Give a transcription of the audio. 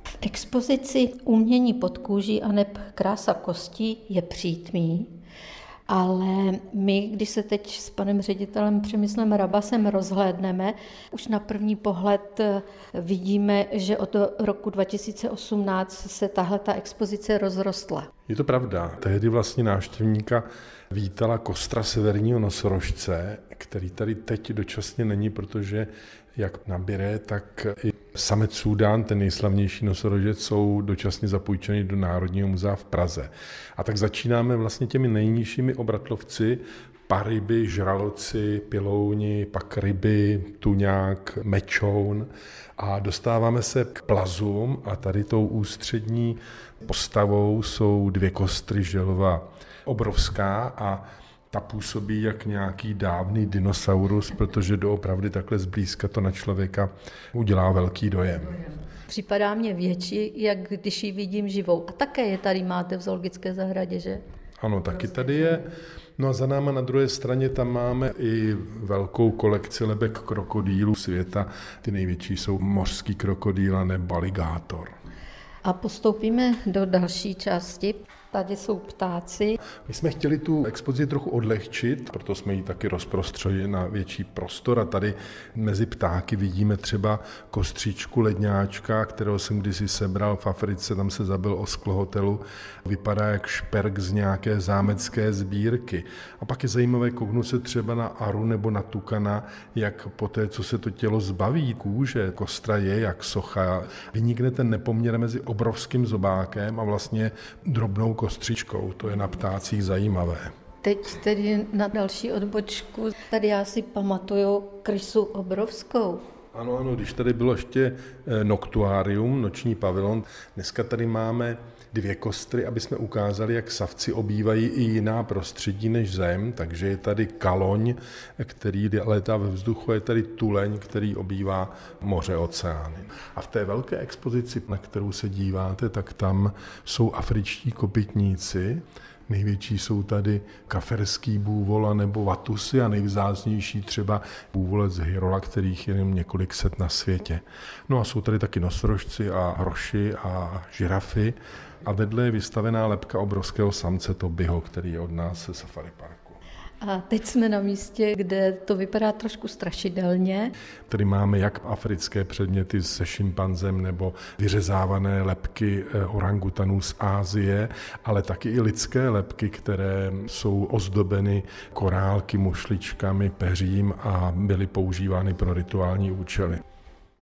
V expozici Umění pod kůží aneb Krása kostí je přítmí, ale my, když se teď s panem ředitelem Přemyslem Rabasem rozhlédneme, už na první pohled vidíme, že od roku 2018 se tahleta expozice rozrostla. Je to pravda. Tehdy vlastně návštěvníka vítala kostra severního nosorožce, který tady teď dočasně není, protože jak na Biré, tak i samec Súdán, ten nejslavnější nosorožec, jsou dočasně zapůjčeny do Národního muzea v Praze. A tak začínáme vlastně těmi nejnižšími obratlovci, paryby, žraloci, pilouni, pak ryby, tuňák, mečoun a dostáváme se k plazům a tady tou ústřední postavou jsou dvě kostry želva obrovská a ta působí jak nějaký dávný dinosaurus, protože doopravdy takhle zblízka to na člověka udělá velký dojem. Připadá mě větší, jak když ji vidím živou. A také je tady máte v zoologické zahradě, že? Ano, taky tady je. No a za náma na druhé straně tam máme i velkou kolekci lebek krokodýlů světa. Ty největší jsou mořský krokodýl nebo aligátor. A postoupíme do další části. Tady jsou ptáci. My jsme chtěli tu expozici trochu odlehčit, proto jsme ji taky rozprostřeli na větší prostor a tady mezi ptáky vidíme třeba kostříčku ledňáčka, kterého jsem kdysi sebral v Africe, tam se zabil o sklo hotelu. Vypadá jak šperk z nějaké zámecké sbírky. A pak je zajímavé kouknout se třeba na aru nebo na tukana, jak po té, co se to tělo zbaví kůže, kostra je jak socha, vynikne ten nepoměr mezi obrovským zobákem a vlastně drobnou kostřičkou. To je na ptácích zajímavé. Teď tedy na další odbočku. Tady já si pamatuju krysu obrovskou. Ano, když tady bylo ještě noktuárium, noční pavilon, dneska tady máme dvě kostry, aby jsme ukázali, jak savci obývají i jiná prostředí než zem, takže je tady kaloň, který létá ve vzduchu, je tady tuleň, který obývá moře, oceány. A v té velké expozici, na kterou se díváte, tak tam jsou afričtí kopytníci. Největší jsou tady kaferský bůvol nebo vatusy a nejvzácnější třeba bůvolec hyrola, kterých je jen několik set na světě. No a jsou tady taky nosorožci a hroši a žirafy a vedle je vystavená lebka obrovského samce Tobyho, který je od nás ze safari parku. A teď jsme na místě, kde to vypadá trošku strašidelně. Tady máme jak africké předměty se šimpanzem nebo vyřezávané lebky orangutanů z Asie, ale taky i lidské lebky, které jsou ozdobeny korálky, mušličkami, peřím a byly používány pro rituální účely.